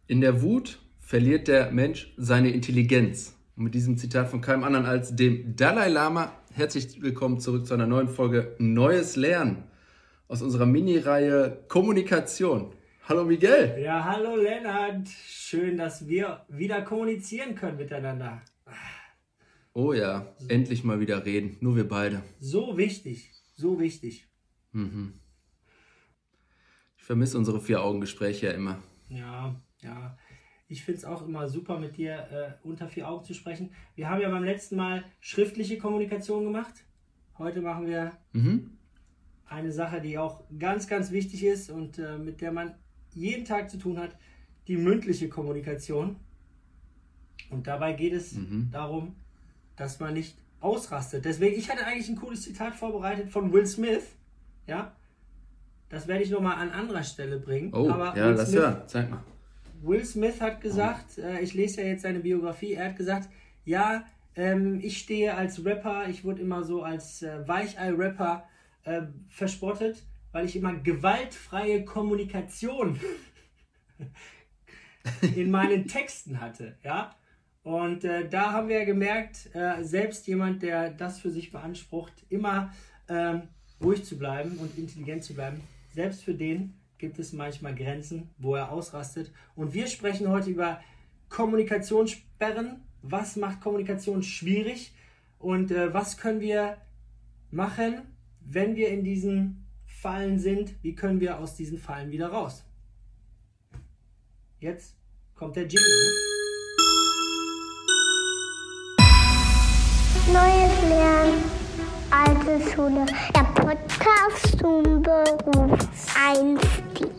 In der Wut verliert der Mensch seine Intelligenz. Und mit diesem Zitat von keinem anderen als dem Dalai Lama herzlich willkommen zurück zu einer neuen Folge Neues Lernen aus unserer Mini-Reihe Kommunikation. Hallo Miguel. Ja, hallo Lennart. Schön, dass wir wieder kommunizieren können miteinander. Oh ja, endlich mal wieder reden. Nur wir beide. So wichtig, so wichtig. Ich vermisse unsere 4-Augen-Gespräche ja immer. Ja. Ich finde es auch immer super, mit dir unter 4 Augen zu sprechen. Wir haben ja beim letzten Mal schriftliche Kommunikation gemacht. Heute machen wir eine Sache, die auch ganz, ganz wichtig ist und mit der man jeden Tag zu tun hat, die mündliche Kommunikation. Und dabei geht es darum, dass man nicht ausrastet. Deswegen, ich hatte eigentlich ein cooles Zitat vorbereitet von Will Smith. Ja, das werde ich nochmal an anderer Stelle bringen. Oh, aber ja, lass hören. Zeig mal. Will Smith hat gesagt, ich lese ja jetzt seine Biografie, er hat gesagt, ja, ich stehe als Rapper, ich wurde immer so als Weichei-Rapper verspottet, weil ich immer gewaltfreie Kommunikation in meinen Texten hatte, ja. Und da haben wir gemerkt, selbst jemand, der das für sich beansprucht, immer ruhig zu bleiben und intelligent zu bleiben, selbst für den gibt es manchmal Grenzen, wo er ausrastet. Und wir sprechen heute über Kommunikationssperren. Was macht Kommunikation schwierig? Und was können wir machen, wenn wir in diesen Fallen sind? Wie können wir aus diesen Fallen wieder raus? Jetzt kommt der Jingle. Neues Lernen, alte Schule, der Podcast zum Berufseinstieg.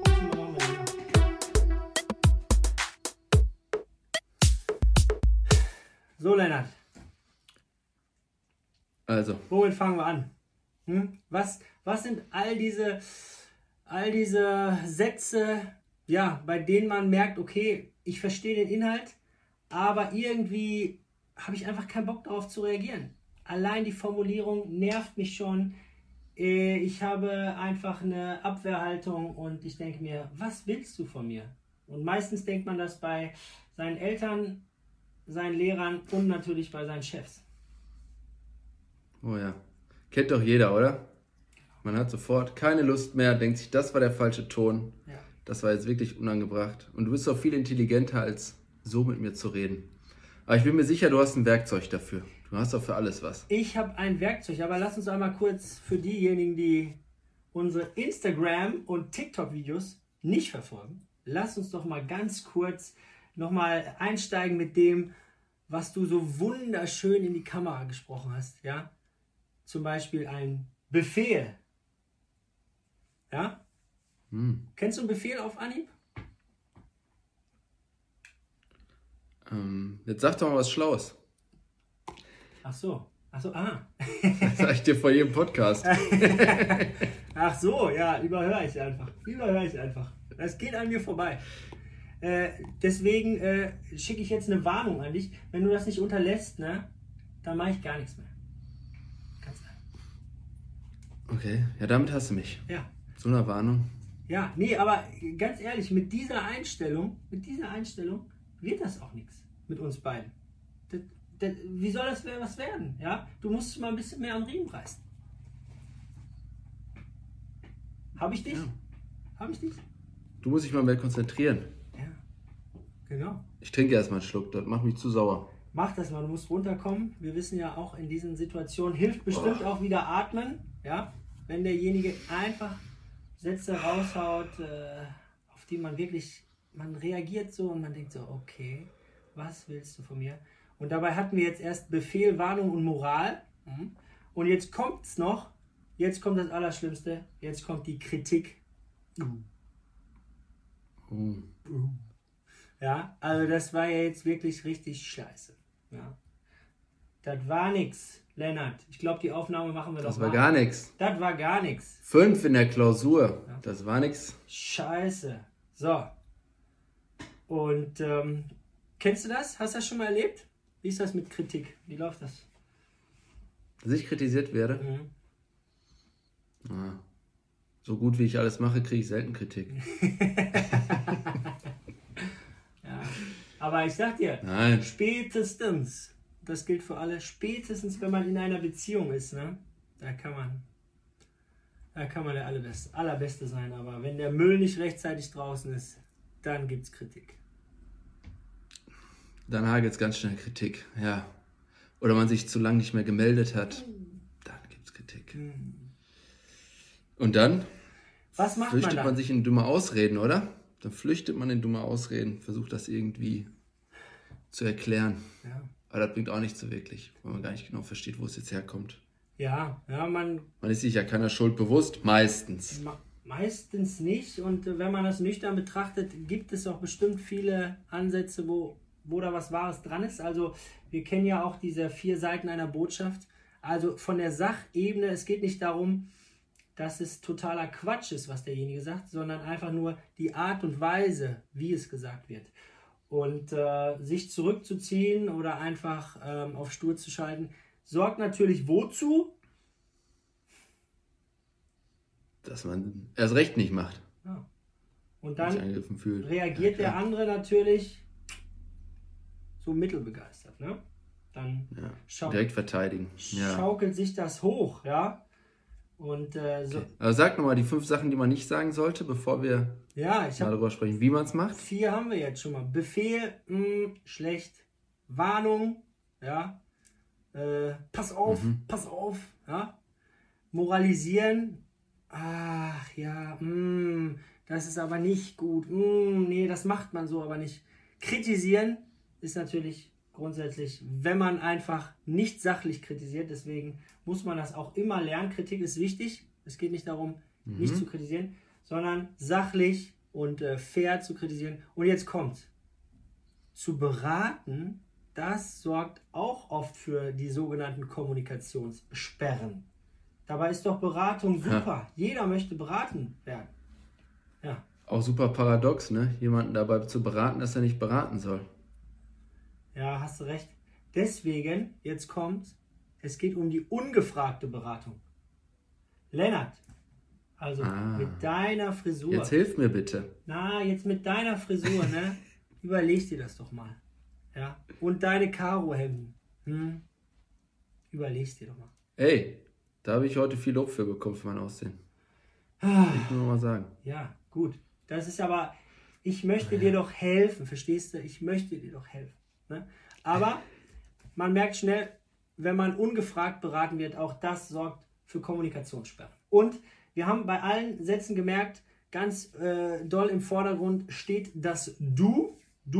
So, Lennart. Also, Womit fangen wir an? Was sind all diese Sätze, ja, bei denen man merkt, okay, ich verstehe den Inhalt, aber irgendwie habe ich einfach keinen Bock darauf zu reagieren. Allein die Formulierung nervt mich schon. Ich habe einfach eine Abwehrhaltung und ich denke mir, was willst du von mir? Und meistens denkt man das bei seinen Eltern, seinen Lehrern und natürlich bei seinen Chefs. oh ja. Kennt doch jeder, oder? Man hat sofort keine Lust mehr, denkt sich, das war der falsche Ton. Ja. Das war jetzt wirklich unangebracht. Und du bist auch viel intelligenter, als so mit mir zu reden. Aber ich bin mir sicher, du hast ein Werkzeug dafür. Du hast doch für alles was. Ich habe ein Werkzeug, aber lass uns einmal kurz für diejenigen, die unsere Instagram- und TikTok-Videos nicht verfolgen, lass uns doch mal ganz kurz nochmal einsteigen mit dem, was du so wunderschön in die Kamera gesprochen hast. Ja? Zum Beispiel ein Befehl. Ja? Kennst du einen Befehl auf Anhieb? Jetzt sag doch mal was Schlaues. Ach so, Das sag ich dir vor jedem Podcast. Ach so, ja, überhöre ich einfach. Das geht an mir vorbei. Deswegen schicke ich jetzt eine Warnung an dich. Wenn du das nicht unterlässt, ne, dann mache ich gar nichts mehr. Ganz einfach. Okay, ja, damit hast du mich. Ja. So eine Warnung. Ja, nee, aber ganz ehrlich, mit dieser Einstellung wird das auch nichts mit uns beiden. Wie soll das was werden? Ja? Du musst mal ein bisschen mehr am Riemen reißen. Habe ich dich? Ja. Habe ich dich? Du musst dich mal mehr konzentrieren. Ja, genau. Ich trinke erstmal einen Schluck, das macht mich zu sauer. Mach das mal, du musst runterkommen. Wir wissen ja auch, in diesen Situationen hilft bestimmt auch wieder atmen. Ja? Wenn derjenige einfach Sätze raushaut, auf die man reagiert so und man denkt so, okay, was willst du von mir? Und dabei hatten wir jetzt erst Befehl, Warnung und Moral. Und jetzt kommt's noch. Jetzt kommt das Allerschlimmste. Jetzt kommt die Kritik. Ja, also das war ja jetzt wirklich richtig scheiße. Ja. Das war nix, Lennart. Ich glaube, die Aufnahme machen wir doch mal. Das war gar nichts. Das war gar nichts. 5 in der Klausur. Ja. Das war nix. Scheiße. So. Und kennst du das? Hast du das schon mal erlebt? Wie ist das mit Kritik? Wie läuft das? Dass ich kritisiert werde? Ah, so gut wie ich alles mache, kriege ich selten Kritik. Aber ich sag dir, Nein. spätestens, das gilt für alle, spätestens wenn man in einer Beziehung ist, ne, da kann man der Allerbeste sein. Aber wenn der Müll nicht rechtzeitig draußen ist, dann gibt es Kritik. Dann hagelt es ganz schnell Kritik, ja. Oder man sich zu lange nicht mehr gemeldet hat, dann gibt es Kritik. Und dann Was macht flüchtet man man dann? sich in dumme Ausreden, oder? Dann flüchtet man in dumme Ausreden, versucht das irgendwie zu erklären. Ja. Aber das bringt auch nicht so wirklich, weil man gar nicht genau versteht, wo es jetzt herkommt. Ja, man Man ist sich ja keiner Schuld bewusst, meistens. meistens nicht. Und wenn man das nüchtern betrachtet, gibt es auch bestimmt viele Ansätze, wo da was Wahres dran ist. Also wir kennen ja auch diese 4 Seiten einer Botschaft. Also von der Sachebene, es geht nicht darum, dass es totaler Quatsch ist, was derjenige sagt, sondern einfach nur die Art und Weise, wie es gesagt wird. Und sich zurückzuziehen oder einfach auf Stur zu schalten, sorgt natürlich wozu? Dass man erst recht nicht macht. Ja. Und Sich dann angegriffen fühlt. reagiert Ja, der klar. andere natürlich so mittelbegeistert. Ne? Dann Ja. Direkt verteidigen. Ja. schaukelt sich das hoch. Ja? Und so. Okay. Aber sag nochmal die 5 Sachen, die man nicht sagen sollte, bevor wir Ja, ich mal habe darüber sprechen, wie man es macht. 4 haben wir jetzt schon mal. Befehl, schlecht. Warnung, ja. Pass auf, ja. Moralisieren, ach ja, das ist aber nicht gut. Nee, das macht man so aber nicht. Kritisieren ist natürlich grundsätzlich, wenn man einfach nicht sachlich kritisiert, deswegen muss man das auch immer lernen. Kritik ist wichtig. Es geht nicht darum, nicht zu kritisieren, sondern sachlich und fair zu kritisieren. Und jetzt kommt's. Zu beraten, das sorgt auch oft für die sogenannten Kommunikationssperren. Dabei ist doch Beratung super. Jeder möchte beraten werden. Ja. Auch super paradox, ne? Jemanden dabei zu beraten, dass er nicht beraten soll. Ja, hast du recht. Deswegen, jetzt kommt's, es geht um die ungefragte Beratung. Lennart, also mit deiner Frisur. Jetzt hilf mir bitte. Jetzt mit deiner Frisur, ne? Überleg dir das doch mal. Ja? Und deine Karohemden. Überleg's dir doch mal. Ey, da habe ich heute viel Lob für bekommen für mein Aussehen. Will ich nur mal sagen. Ja, gut. Das ist aber, ich möchte dir doch helfen, verstehst du? Ich möchte dir doch helfen. Ne? Aber man merkt schnell, wenn man ungefragt beraten wird, auch das sorgt für Kommunikationssperren. Und wir haben bei allen Sätzen gemerkt, ganz doll im Vordergrund steht das Du.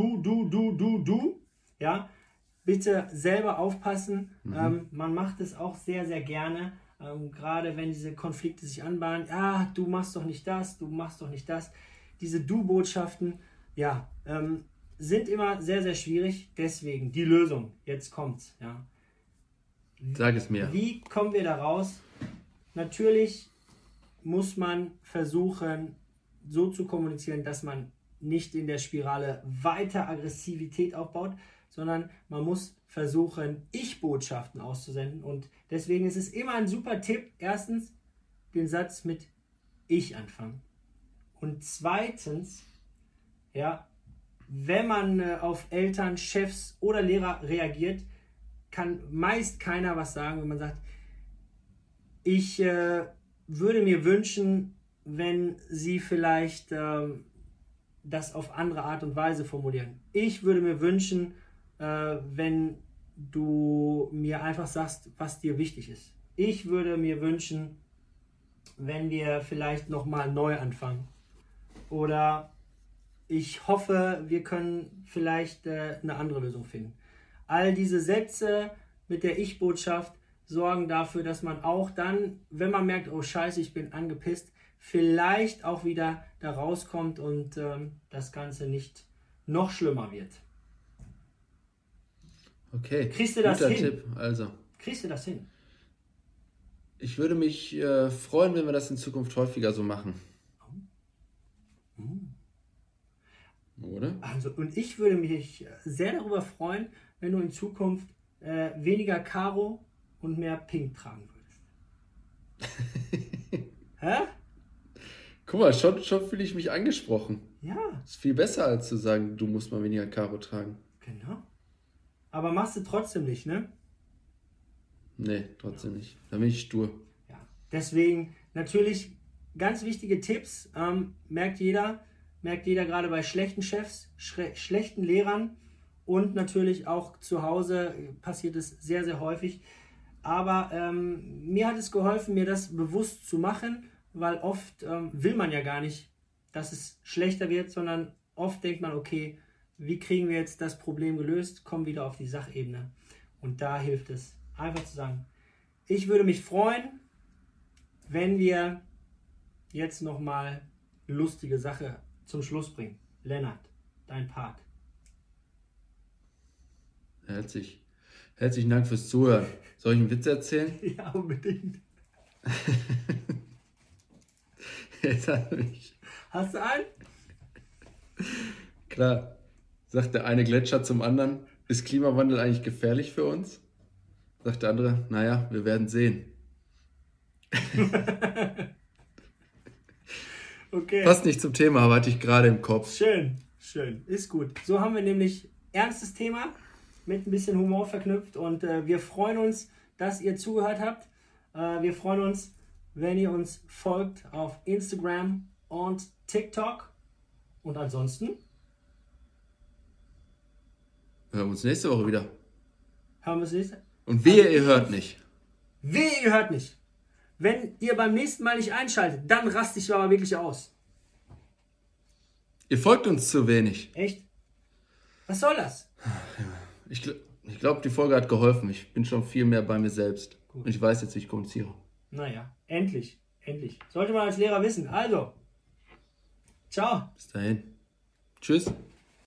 Du. Ja, bitte selber aufpassen. Man macht es auch sehr, sehr gerne. Gerade wenn diese Konflikte sich anbahnen. Ja, du machst doch nicht das, du machst doch nicht das. Diese Du-Botschaften, ja, sind immer sehr, sehr schwierig. Deswegen die Lösung. Jetzt kommt's. Ja. Sag es mir. Wie kommen wir da raus? Natürlich muss man versuchen, so zu kommunizieren, dass man nicht in der Spirale weiter Aggressivität aufbaut, sondern man muss versuchen, Ich-Botschaften auszusenden. Und deswegen ist es immer ein super Tipp, erstens, den Satz mit Ich anfangen. Und zweitens, ja, wenn man auf Eltern, Chefs oder Lehrer reagiert, kann meist keiner was sagen, wenn man sagt, ich würde mir wünschen, wenn Sie vielleicht das auf andere Art und Weise formulieren. Ich würde mir wünschen, wenn du mir einfach sagst, was dir wichtig ist. Ich würde mir wünschen, wenn wir vielleicht nochmal neu anfangen. Oder ich hoffe, wir können vielleicht eine andere Lösung finden. All diese Sätze mit der Ich-Botschaft sorgen dafür, dass man auch dann, wenn man merkt, oh Scheiße, ich bin angepisst, vielleicht auch wieder da rauskommt und das Ganze nicht noch schlimmer wird. Okay, Kriegst du das guter hin? Tipp. Also, Kriegst du das hin? ich würde mich freuen, wenn wir das in Zukunft häufiger so machen. Oder? Also, und ich würde mich sehr darüber freuen, wenn du in Zukunft weniger Karo und mehr Pink tragen würdest. Hä? Guck mal, schon fühle ich mich angesprochen. Ja. Das ist viel besser, als zu sagen, du musst mal weniger Karo tragen. Genau. Aber machst du trotzdem nicht, ne? Nee, trotzdem nicht. Da bin ich stur. Ja. Deswegen natürlich ganz wichtige Tipps. Merkt jeder gerade bei schlechten Chefs, schlechten Lehrern und natürlich auch zu Hause passiert es sehr, sehr häufig. Aber mir hat es geholfen, mir das bewusst zu machen, weil oft will man ja gar nicht, dass es schlechter wird, sondern oft denkt man, okay, wie kriegen wir jetzt das Problem gelöst, kommen wieder auf die Sachebene. Und da hilft es, einfach zu sagen, ich würde mich freuen, wenn wir jetzt nochmal eine lustige Sache zum Schluss bringen. Lennart, dein Part. Herzlichen Dank fürs Zuhören. Soll ich einen Witz erzählen? Ja, unbedingt. Jetzt hat mich. Hast du einen? Klar. Sagt der eine Gletscher zum anderen, ist Klimawandel eigentlich gefährlich für uns? Sagt der andere, naja, wir werden sehen. Okay. Passt nicht zum Thema, aber hatte ich gerade im Kopf. Schön. Ist gut. So haben wir nämlich ernstes Thema mit ein bisschen Humor verknüpft und wir freuen uns, dass ihr zugehört habt. Wir freuen uns, wenn ihr uns folgt auf Instagram und TikTok. Und ansonsten hören wir uns nächste Woche wieder. hören wir es nächste. Und wehe, ihr hört nicht. Wehe, ihr hört nicht. Wenn ihr beim nächsten Mal nicht einschaltet, dann raste ich aber wirklich aus. Ihr folgt uns zu wenig. Echt? Was soll das? Ich glaube, die Folge hat geholfen. Ich bin schon viel mehr bei mir selbst. Gut. Und ich weiß jetzt, wie ich kommuniziere. Naja, endlich. Sollte man als Lehrer wissen. Also, ciao. Bis dahin. Tschüss.